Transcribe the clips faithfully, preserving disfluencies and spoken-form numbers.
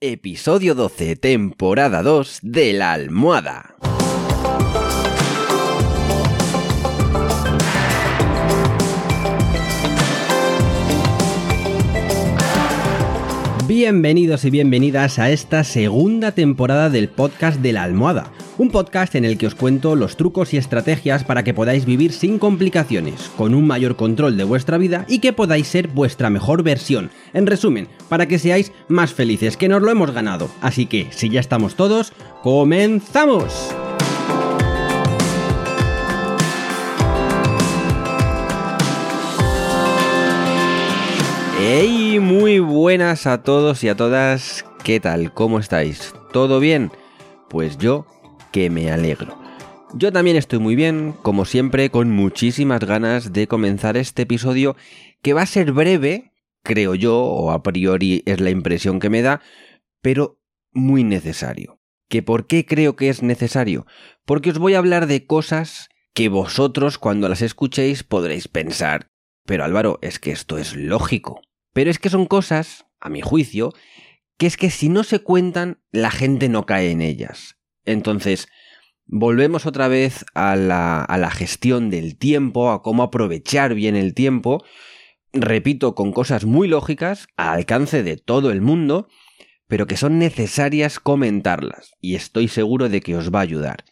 Episodio doce, temporada dos de La Almohada. Bienvenidos y bienvenidas a esta segunda temporada del podcast de La Almohada, un podcast en el que os cuento los trucos y estrategias para que podáis vivir sin complicaciones, con un mayor control de vuestra vida y que podáis ser vuestra mejor versión. En resumen, para que seáis más felices, que nos lo hemos ganado. Así que, si ya estamos todos, ¡comenzamos! ¡Hey! Muy buenas a todos y a todas. ¿Qué tal? ¿Cómo estáis? ¿Todo bien? Pues yo que me alegro. Yo también estoy muy bien, como siempre, con muchísimas ganas de comenzar este episodio que va a ser breve, creo yo, o a priori es la impresión que me da, pero muy necesario. ¿Que por qué creo que es necesario? Porque os voy a hablar de cosas que vosotros cuando las escuchéis podréis pensar, pero Álvaro, es que esto es lógico. Pero es que son cosas, a mi juicio, que es que si no se cuentan, la gente no cae en ellas. Entonces, volvemos otra vez a la, a la gestión del tiempo, a cómo aprovechar bien el tiempo, repito, con cosas muy lógicas, al alcance de todo el mundo, pero que son necesarias comentarlas, y estoy seguro de que os va a ayudar.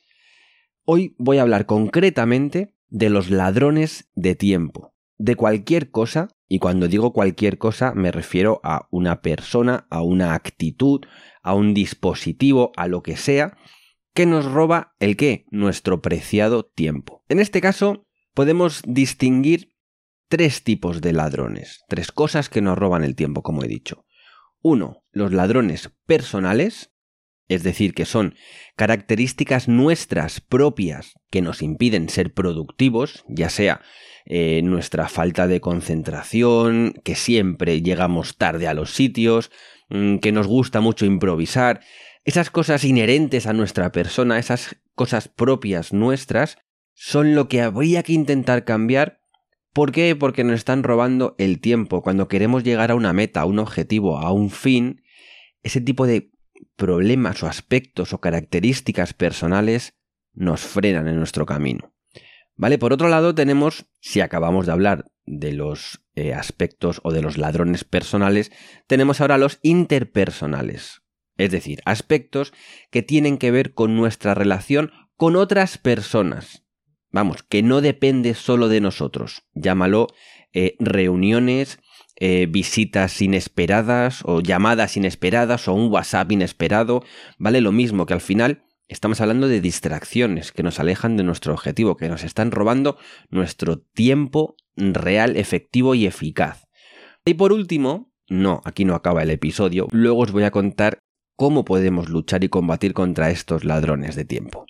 Hoy voy a hablar concretamente de los ladrones de tiempo, de cualquier cosa, y cuando digo cualquier cosa me refiero a una persona, a una actitud, a un dispositivo, a lo que sea, que nos roba ¿el qué? Nuestro preciado tiempo. En este caso podemos distinguir tres tipos de ladrones, tres cosas que nos roban el tiempo, como he dicho. Uno, los ladrones personales, es decir, que son características nuestras propias que nos impiden ser productivos, ya sea eh, nuestra falta de concentración, que siempre llegamos tarde a los sitios, mmm, que nos gusta mucho improvisar. Esas cosas inherentes a nuestra persona, esas cosas propias nuestras, son lo que habría que intentar cambiar. ¿Por qué? Porque nos están robando el tiempo. Cuando queremos llegar a una meta, a un objetivo, a un fin, ese tipo de problemas o aspectos o características personales nos frenan en nuestro camino. ¿Vale? Por otro lado tenemos, si acabamos de hablar de los eh, aspectos o de los ladrones personales, tenemos ahora los interpersonales. Es decir, aspectos que tienen que ver con nuestra relación con otras personas. Vamos, que no depende solo de nosotros. Llámalo eh, reuniones, eh, visitas inesperadas o llamadas inesperadas o un WhatsApp inesperado. Vale, lo mismo que al final estamos hablando de distracciones que nos alejan de nuestro objetivo, que nos están robando nuestro tiempo real, efectivo y eficaz. Y por último, no, aquí no acaba el episodio, luego os voy a contar cómo podemos luchar y combatir contra estos ladrones de tiempo.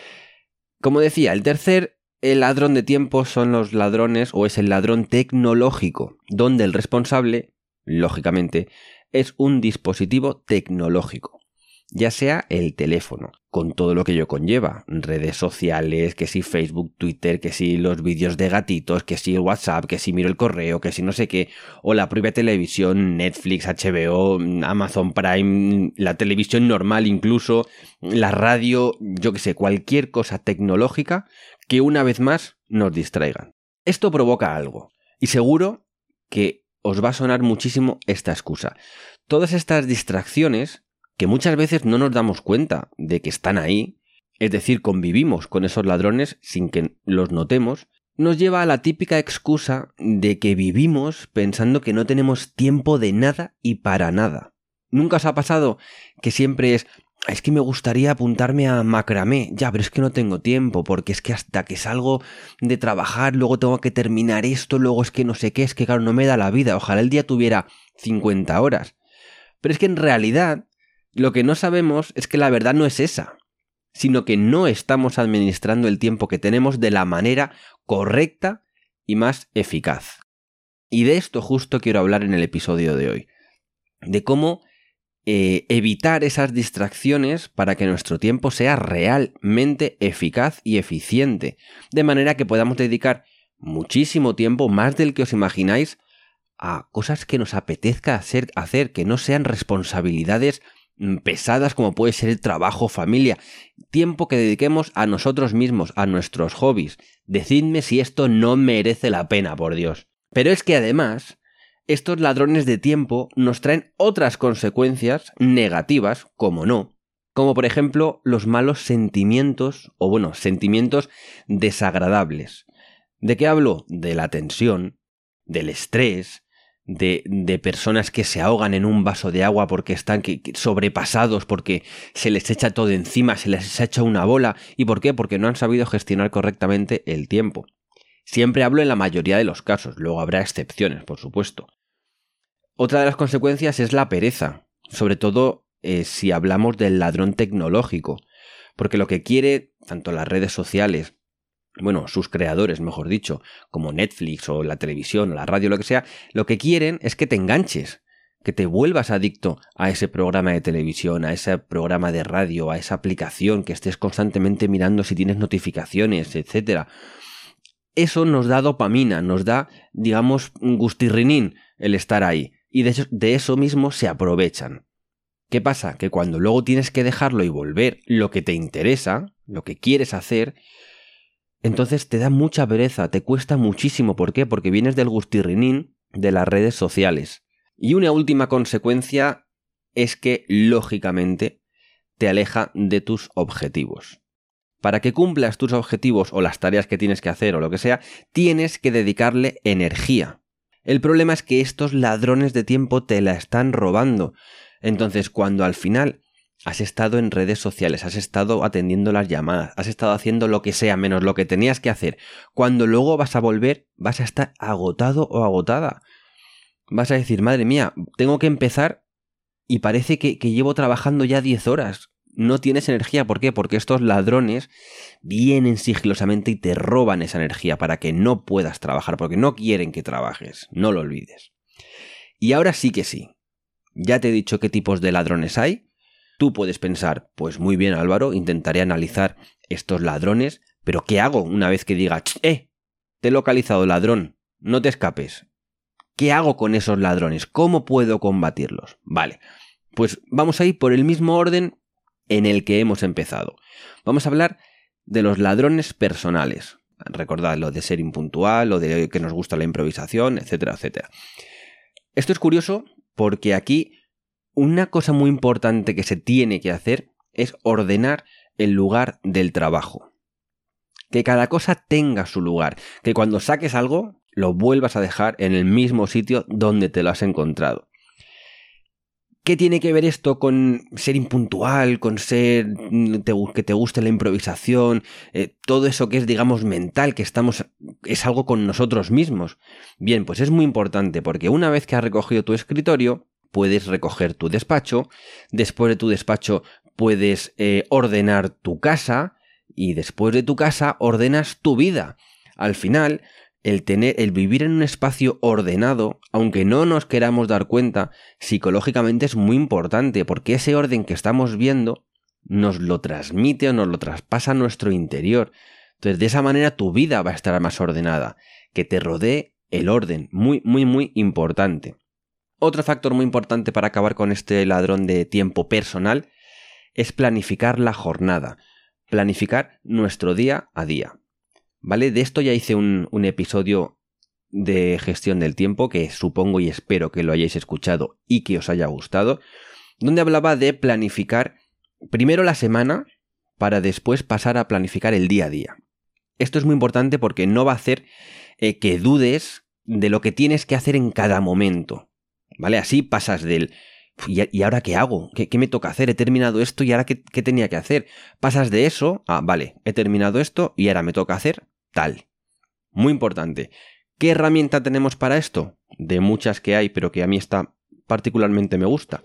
Como decía, el tercer el ladrón de tiempo son los ladrones o es el ladrón tecnológico, donde el responsable, lógicamente, es un dispositivo tecnológico, ya sea el teléfono, con todo lo que ello conlleva, redes sociales, que si Facebook, Twitter, que si los vídeos de gatitos, que si WhatsApp, que si miro el correo, que si no sé qué, o la propia televisión, Netflix, H B O, Amazon Prime, la televisión normal incluso, la radio, yo que sé, cualquier cosa tecnológica que una vez más nos distraigan. Esto provoca algo, y seguro que os va a sonar muchísimo esta excusa. Todas estas distracciones que muchas veces no nos damos cuenta de que están ahí, es decir, convivimos con esos ladrones sin que los notemos, nos lleva a la típica excusa de que vivimos pensando que no tenemos tiempo de nada y para nada. ¿Nunca os ha pasado que siempre es, es que me gustaría apuntarme a macramé, ya, pero es que no tengo tiempo, porque es que hasta que salgo de trabajar, luego tengo que terminar esto, luego es que no sé qué, es que claro, no me da la vida, ojalá el día tuviera cincuenta horas. Pero es que en realidad lo que no sabemos es que la verdad no es esa, sino que no estamos administrando el tiempo que tenemos de la manera correcta y más eficaz. Y de esto justo quiero hablar en el episodio de hoy, de cómo eh, evitar esas distracciones para que nuestro tiempo sea realmente eficaz y eficiente, de manera que podamos dedicar muchísimo tiempo, más del que os imagináis, a cosas que nos apetezca hacer, hacer que no sean responsabilidades pesadas como puede ser el trabajo, familia, tiempo que dediquemos a nosotros mismos, a nuestros hobbies. Decidme si esto no merece la pena, por Dios. Pero es que además, estos ladrones de tiempo nos traen otras consecuencias negativas, como no, como por ejemplo los malos sentimientos, o bueno, sentimientos desagradables. ¿De qué hablo? De la tensión, del estrés, de, de personas que se ahogan en un vaso de agua porque están que, que sobrepasados, porque se les echa todo encima, se les echa una bola. ¿Y por qué? Porque no han sabido gestionar correctamente el tiempo. Siempre hablo en la mayoría de los casos, luego habrá excepciones, por supuesto. Otra de las consecuencias es la pereza, sobre todo eh, si hablamos del ladrón tecnológico, porque lo que quiere tanto las redes sociales, bueno, sus creadores, mejor dicho, como Netflix o la televisión o la radio, lo que sea, lo que quieren es que te enganches, que te vuelvas adicto a ese programa de televisión, a ese programa de radio, a esa aplicación, que estés constantemente mirando si tienes notificaciones, etcétera. Eso nos da dopamina, nos da, digamos, un gustirrinín el estar ahí. Y de eso, de eso mismo se aprovechan. ¿Qué pasa? Que cuando luego tienes que dejarlo y volver lo que te interesa, lo que quieres hacer, entonces te da mucha pereza, te cuesta muchísimo. ¿Por qué? Porque vienes del gustirrinín de las redes sociales. Y una última consecuencia es que, lógicamente, te aleja de tus objetivos. Para que cumplas tus objetivos o las tareas que tienes que hacer o lo que sea, tienes que dedicarle energía. El problema es que estos ladrones de tiempo te la están robando. Entonces, cuando al final has estado en redes sociales, has estado atendiendo las llamadas, has estado haciendo lo que sea menos lo que tenías que hacer, cuando luego vas a volver, vas a estar agotado o agotada. Vas a decir, madre mía, tengo que empezar y parece que, que llevo trabajando ya diez horas. No tienes energía. ¿Por qué? Porque estos ladrones vienen sigilosamente y te roban esa energía para que no puedas trabajar, porque no quieren que trabajes, no lo olvides. Y ahora sí que sí. Ya te he dicho qué tipos de ladrones hay. Tú puedes pensar, pues muy bien Álvaro, intentaré analizar estos ladrones, pero ¿qué hago una vez que diga, eh, te he localizado ladrón, no te escapes? ¿Qué hago con esos ladrones? ¿Cómo puedo combatirlos? Vale, pues vamos a ir por el mismo orden en el que hemos empezado. Vamos a hablar de los ladrones personales. Recordad lo de ser impuntual, lo de que nos gusta la improvisación, etcétera, etcétera. Esto es curioso porque aquí una cosa muy importante que se tiene que hacer es ordenar el lugar del trabajo. Que cada cosa tenga su lugar. Que cuando saques algo, lo vuelvas a dejar en el mismo sitio donde te lo has encontrado. ¿Qué tiene que ver esto con ser impuntual, con ser te, que te guste la improvisación, eh, todo eso que es, digamos, mental, que estamos, es algo con nosotros mismos? Bien, pues es muy importante porque una vez que has recogido tu escritorio, puedes recoger tu despacho, después de tu despacho puedes eh, ordenar tu casa y después de tu casa ordenas tu vida. Al final, El, tener, el vivir en un espacio ordenado, aunque no nos queramos dar cuenta, psicológicamente es muy importante porque ese orden que estamos viendo nos lo transmite o nos lo traspasa a nuestro interior. Entonces, de esa manera tu vida va a estar más ordenada, que te rodee el orden, muy, muy, muy importante. Otro factor muy importante para acabar con este ladrón de tiempo personal es planificar la jornada, planificar nuestro día a día. ¿Vale? De esto ya hice un, un episodio de gestión del tiempo que supongo y espero que lo hayáis escuchado y que os haya gustado, donde hablaba de planificar primero la semana para después pasar a planificar el día a día. Esto es muy importante porque no va a hacer eh, que dudes de lo que tienes que hacer en cada momento, ¿vale? Así pasas del ¿y, y ahora qué hago? ¿Qué, ¿Qué me toca hacer? He terminado esto y ahora qué, ¿qué tenía que hacer? Pasas de eso a, vale, he terminado esto y ahora me toca hacer tal. Muy importante. ¿Qué herramienta tenemos para esto? De muchas que hay, pero que a mí esta particularmente me gusta.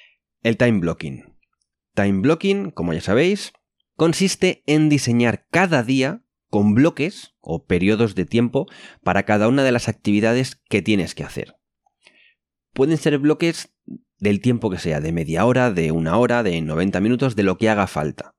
El time blocking. Time blocking, como ya sabéis, consiste en diseñar cada día con bloques o periodos de tiempo para cada una de las actividades que tienes que hacer. Pueden ser bloques del tiempo que sea, de media hora, de una hora, de noventa minutos, de lo que haga falta.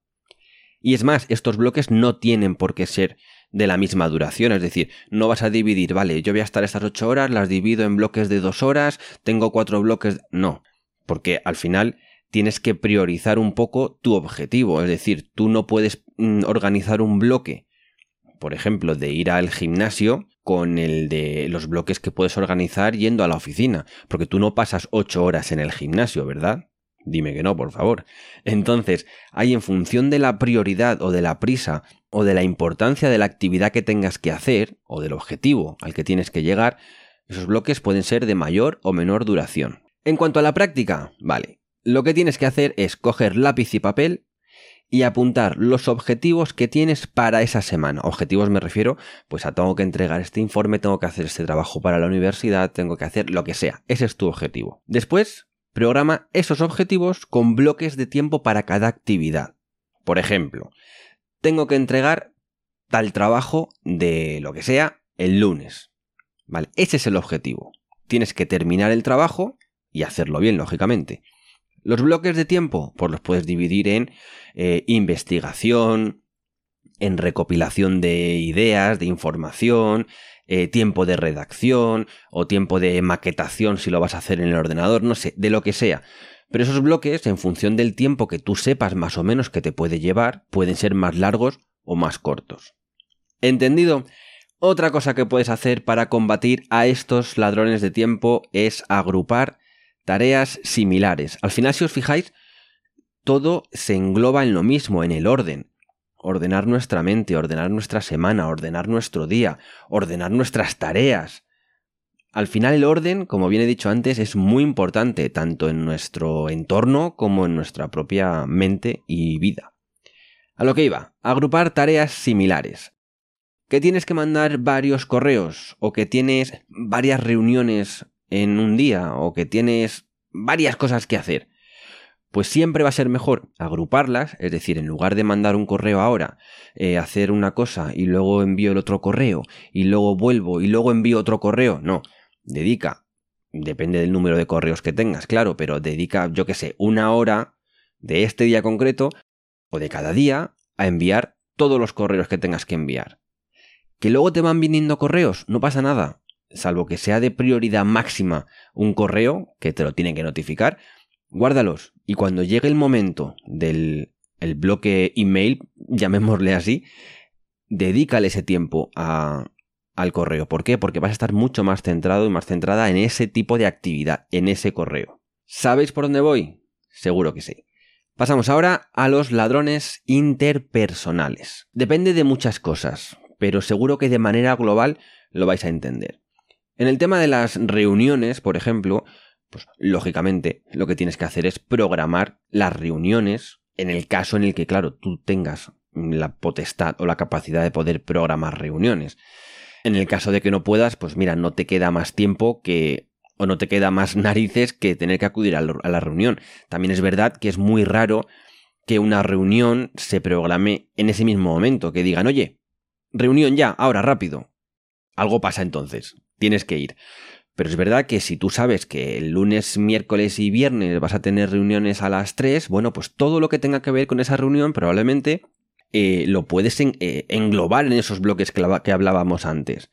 Y es más, estos bloques no tienen por qué ser de la misma duración, es decir, no vas a dividir, vale, yo voy a estar estas ocho horas, las divido en bloques de dos horas, tengo cuatro bloques, no, porque al final tienes que priorizar un poco tu objetivo. Es decir, tú no puedes mm, organizar un bloque, por ejemplo, de ir al gimnasio con el de los bloques que puedes organizar yendo a la oficina, porque tú no pasas ocho horas en el gimnasio, ¿verdad? Dime que no, por favor. Entonces, hay en función de la prioridad o de la prisa o de la importancia de la actividad que tengas que hacer o del objetivo al que tienes que llegar, esos bloques pueden ser de mayor o menor duración. En cuanto a la práctica, vale, lo que tienes que hacer es coger lápiz y papel y apuntar los objetivos que tienes para esa semana. Objetivos me refiero, pues a tengo que entregar este informe, tengo que hacer este trabajo para la universidad, tengo que hacer lo que sea. Ese es tu objetivo. Después, programa esos objetivos con bloques de tiempo para cada actividad. Por ejemplo, tengo que entregar tal trabajo de lo que sea el lunes. ¿Vale? Ese es el objetivo. Tienes que terminar el trabajo y hacerlo bien, lógicamente. Los bloques de tiempo, pues los puedes dividir en eh, investigación, en recopilación de ideas, de información, eh, tiempo de redacción o tiempo de maquetación si lo vas a hacer en el ordenador, no sé, de lo que sea. Pero esos bloques, en función del tiempo que tú sepas más o menos que te puede llevar, pueden ser más largos o más cortos. ¿Entendido? Otra cosa que puedes hacer para combatir a estos ladrones de tiempo es agrupar tareas similares. Al final, si os fijáis, todo se engloba en lo mismo, en el orden. Ordenar nuestra mente, ordenar nuestra semana, ordenar nuestro día, ordenar nuestras tareas. Al final el orden, como bien he dicho antes, es muy importante, tanto en nuestro entorno como en nuestra propia mente y vida. A lo que iba, agrupar tareas similares. Que tienes que mandar varios correos, o que tienes varias reuniones en un día, o que tienes varias cosas que hacer, pues siempre va a ser mejor agruparlas, es decir, en lugar de mandar un correo ahora, eh, hacer una cosa y luego envío el otro correo, y luego vuelvo y luego envío otro correo. No, dedica, depende del número de correos que tengas, claro, pero dedica, yo qué sé, una hora de este día concreto, o de cada día, a enviar todos los correos que tengas que enviar. ¿Que luego te van viniendo correos? No pasa nada. Salvo que sea de prioridad máxima un correo, que te lo tienen que notificar, guárdalos. Y cuando llegue el momento del el bloque email, llamémosle así, dedícale ese tiempo a, al correo. ¿Por qué? Porque vas a estar mucho más centrado y más centrada en ese tipo de actividad, en ese correo. ¿Sabéis por dónde voy? Seguro que sí. Pasamos ahora a los ladrones interpersonales. Depende de muchas cosas, pero seguro que de manera global lo vais a entender. En el tema de las reuniones, por ejemplo, pues lógicamente lo que tienes que hacer es programar las reuniones en el caso en el que, claro, tú tengas la potestad o la capacidad de poder programar reuniones. En el caso de que no puedas, pues mira, no te queda más tiempo que, o no te queda más narices que tener que acudir a la reunión. También es verdad que es muy raro que una reunión se programe en ese mismo momento, que digan, oye, reunión ya, ahora, rápido. Algo pasa entonces, tienes que ir. Pero es verdad que si tú sabes que el lunes, miércoles y viernes vas a tener reuniones a las tres, bueno, pues todo lo que tenga que ver con esa reunión probablemente eh, lo puedes en, eh, englobar en esos bloques que, la, que hablábamos antes.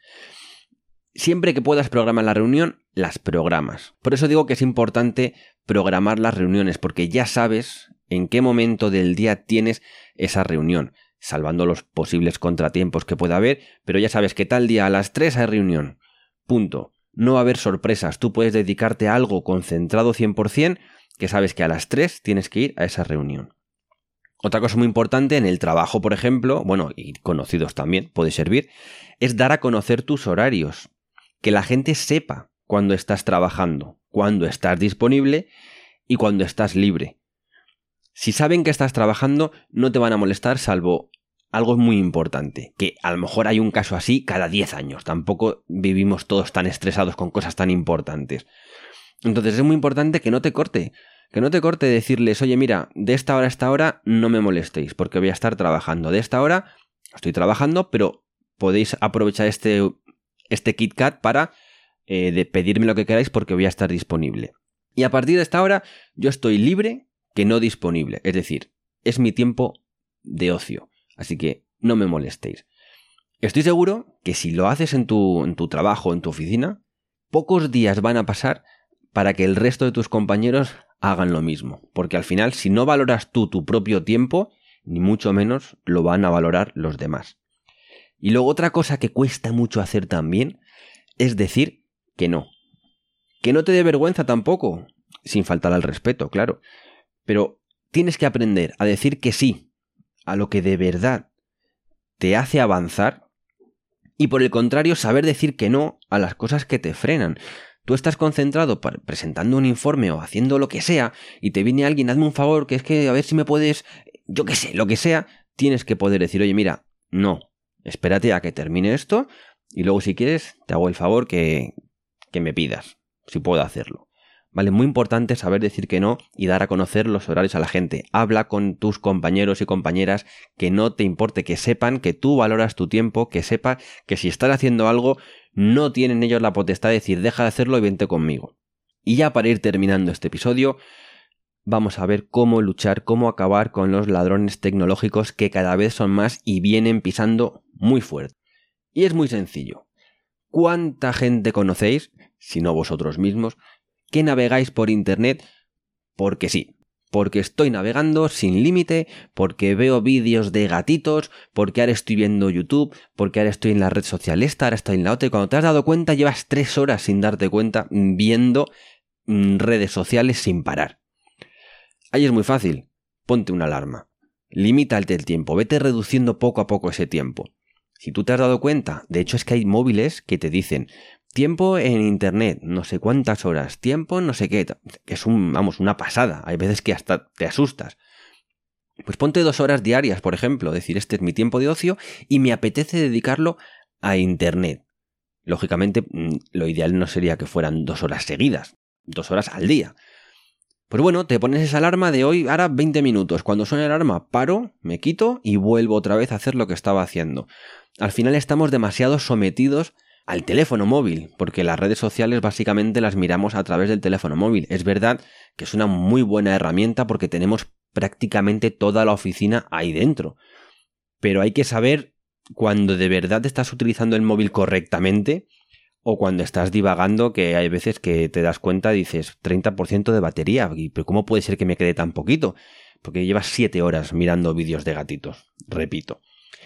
Siempre que puedas programar la reunión, las programas. Por eso digo que es importante programar las reuniones, porque ya sabes en qué momento del día tienes esa reunión, salvando los posibles contratiempos que pueda haber, pero ya sabes que tal día a las tres hay reunión. Punto. No va a haber sorpresas, tú puedes dedicarte a algo concentrado cien por ciento, que sabes que a las tres tienes que ir a esa reunión. Otra cosa muy importante en el trabajo, por ejemplo, bueno, y conocidos también, puede servir, es dar a conocer tus horarios. Que la gente sepa cuándo estás trabajando, cuándo estás disponible y cuándo estás libre. Si saben que estás trabajando, no te van a molestar, salvo algo muy importante, que a lo mejor hay un caso así cada diez años. Tampoco vivimos todos tan estresados con cosas tan importantes. Entonces es muy importante que no te corte. Que no te corte decirles, oye, mira, de esta hora a esta hora no me molestéis porque voy a estar trabajando. De esta hora estoy trabajando, pero podéis aprovechar este, este KitKat para eh, de pedirme lo que queráis porque voy a estar disponible. Y a partir de esta hora yo estoy libre que no disponible. Es decir, es mi tiempo de ocio. Así que no me molestéis. Estoy seguro que si lo haces en tu, en tu trabajo, en tu oficina, pocos días van a pasar para que el resto de tus compañeros hagan lo mismo. Porque al final, si no valoras tú tu propio tiempo, ni mucho menos lo van a valorar los demás. Y luego otra cosa que cuesta mucho hacer también es decir que no. Que no te dé vergüenza tampoco, sin faltar al respeto, claro. Pero tienes que aprender a decir que sí a lo que de verdad te hace avanzar y por el contrario saber decir que no a las cosas que te frenan. Tú estás concentrado presentando un informe o haciendo lo que sea y te viene alguien, hazme un favor, que es que a ver si me puedes, yo qué sé, lo que sea, tienes que poder decir, oye, mira, no, espérate a que termine esto y luego si quieres te hago el favor que, que me pidas, si puedo hacerlo. Vale, muy importante saber decir que no y dar a conocer los horarios a la gente. Habla con tus compañeros y compañeras, que no te importe, que sepan que tú valoras tu tiempo, que sepa que si estás haciendo algo, no tienen ellos la potestad de decir deja de hacerlo y vente conmigo. Y ya para ir terminando este episodio, vamos a ver cómo luchar, cómo acabar con los ladrones tecnológicos que cada vez son más y vienen pisando muy fuerte. Y es muy sencillo. ¿Cuánta gente conocéis, si no vosotros mismos, que navegáis por internet porque sí? Porque estoy navegando sin límite, porque veo vídeos de gatitos, porque ahora estoy viendo YouTube, porque ahora estoy en la red social esta, ahora estoy en la otra, y cuando te has dado cuenta llevas tres horas sin darte cuenta viendo redes sociales sin parar. Ahí es muy fácil, ponte una alarma, limítate el tiempo, vete reduciendo poco a poco ese tiempo. Si tú te has dado cuenta, de hecho es que hay móviles que te dicen tiempo en internet, no sé cuántas horas, tiempo no sé qué, es un, vamos, una pasada, hay veces que hasta te asustas. Pues ponte dos horas diarias, por ejemplo, decir este es mi tiempo de ocio y me apetece dedicarlo a internet. Lógicamente, lo ideal no sería que fueran dos horas seguidas, dos horas al día. Pues bueno, te pones esa alarma de hoy, ahora veinte minutos, cuando suene la alarma paro, me quito y vuelvo otra vez a hacer lo que estaba haciendo. Al final estamos demasiado sometidos al teléfono móvil, porque las redes sociales básicamente las miramos a través del teléfono móvil. Es verdad que es una muy buena herramienta porque tenemos prácticamente toda la oficina ahí dentro. Pero hay que saber cuando de verdad estás utilizando el móvil correctamente o cuando estás divagando, que hay veces que te das cuenta y dices treinta por ciento de batería. ¿Pero cómo puede ser que me quede tan poquito? Porque llevas siete horas mirando vídeos de gatitos, repito.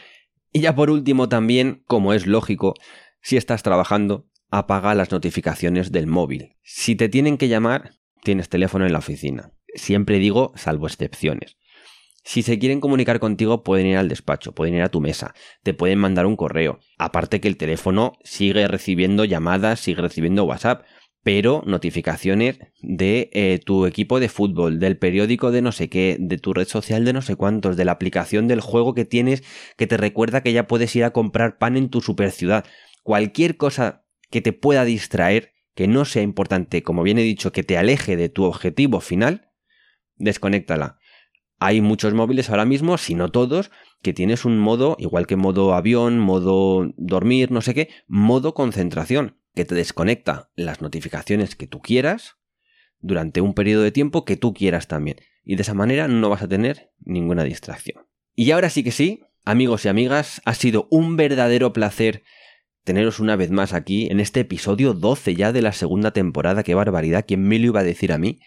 Y ya por último también, como es lógico, si estás trabajando, apaga las notificaciones del móvil. Si te tienen que llamar, tienes teléfono en la oficina. Siempre digo, salvo excepciones. Si se quieren comunicar contigo, pueden ir al despacho, pueden ir a tu mesa, te pueden mandar un correo. Aparte que el teléfono sigue recibiendo llamadas, sigue recibiendo WhatsApp, pero notificaciones de eh, tu equipo de fútbol, del periódico de no sé qué, de tu red social de no sé cuántos, de la aplicación del juego que tienes que te recuerda que ya puedes ir a comprar pan en tu superciudad. Cualquier cosa que te pueda distraer, que no sea importante, como bien he dicho, que te aleje de tu objetivo final, desconéctala. Hay muchos móviles ahora mismo, si no todos, que tienes un modo, igual que modo avión, modo dormir, no sé qué, modo concentración, que te desconecta las notificaciones que tú quieras durante un periodo de tiempo que tú quieras también. Y de esa manera no vas a tener ninguna distracción. Y ahora sí que sí, amigos y amigas, ha sido un verdadero placer teneros una vez más aquí en este episodio doce ya de la segunda temporada. ¡Qué barbaridad! ¿Quién me lo iba a decir a mí?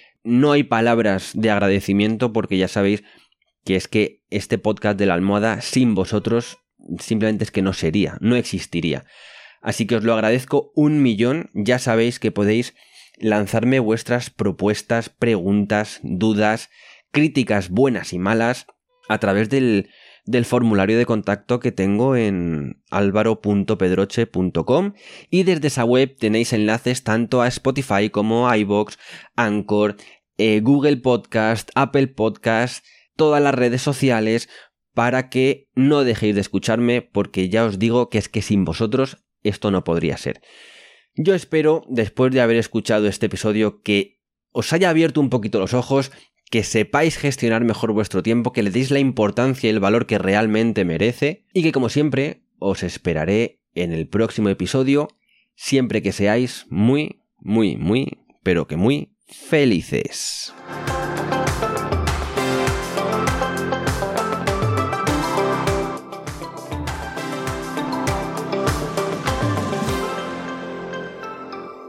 No hay palabras de agradecimiento porque ya sabéis que es que este podcast de la almohada sin vosotros simplemente es que no sería, no existiría. Así que os lo agradezco un millón. Ya sabéis que podéis lanzarme vuestras propuestas, preguntas, dudas, críticas buenas y malas a través del, del formulario de contacto que tengo en alvaro punto pedroche punto com y desde esa web tenéis enlaces tanto a Spotify como a iVoox, Anchor, eh, Google Podcast, Apple Podcast, todas las redes sociales para que no dejéis de escucharme porque ya os digo que es que sin vosotros esto no podría ser. Yo espero, después de haber escuchado este episodio, que os haya abierto un poquito los ojos, que sepáis gestionar mejor vuestro tiempo, que le deis la importancia y el valor que realmente merece y que, como siempre, os esperaré en el próximo episodio, siempre que seáis muy, muy, muy, pero que muy felices.